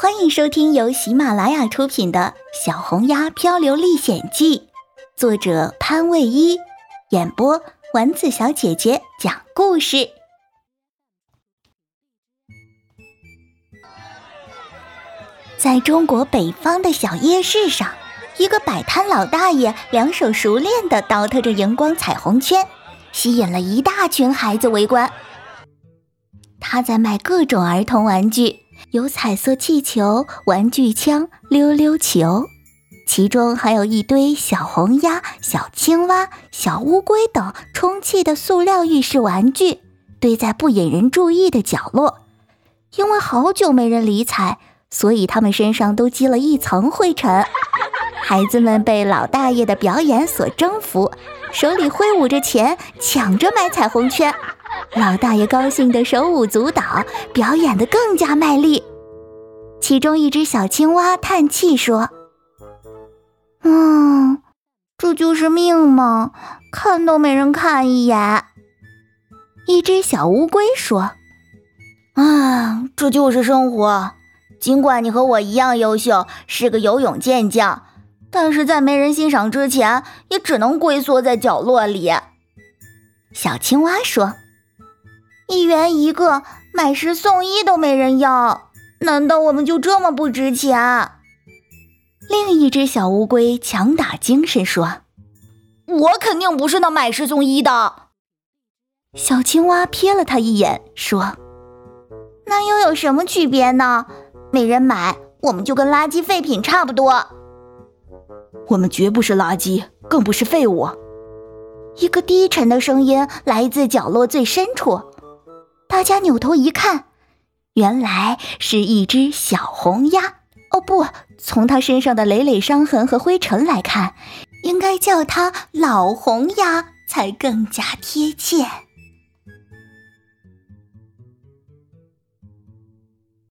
欢迎收听由喜马拉雅出品的《小红鸭漂流历险记》，作者潘卫一，演播丸子小姐姐讲故事。在中国北方的小夜市上，一个摆摊老大爷两手熟练地倒腾着荧光彩虹圈，吸引了一大群孩子围观。他在卖各种儿童玩具，有彩色气球、玩具枪、溜溜球，其中还有一堆小红鸭、小青蛙、小乌龟等充气的塑料浴室玩具，堆在不引人注意的角落。因为好久没人理睬，所以他们身上都积了一层灰尘。孩子们被老大爷的表演所征服，手里挥舞着钱，抢着买彩虹圈。老大爷高兴得手舞足蹈，表演得更加卖力。其中一只小青蛙叹气说：这就是命吗？看都没人看一眼。一只小乌龟说：这就是生活。尽管你和我一样优秀，是个游泳健将，但是在没人欣赏之前，也只能龟缩在角落里。小青蛙说：1元1个，买10送1都没人要，难道我们就这么不值钱？另一只小乌龟强打精神说：我肯定不是那买10送1的。小青蛙瞥了他一眼说：那又有什么区别呢？没人买，我们就跟垃圾废品差不多。我们绝不是垃圾，更不是废物。一个低沉的声音来自角落最深处，大家扭头一看，原来是一只小红鸭。不，从它身上的累累伤痕和灰尘来看，应该叫它老红鸭才更加贴切。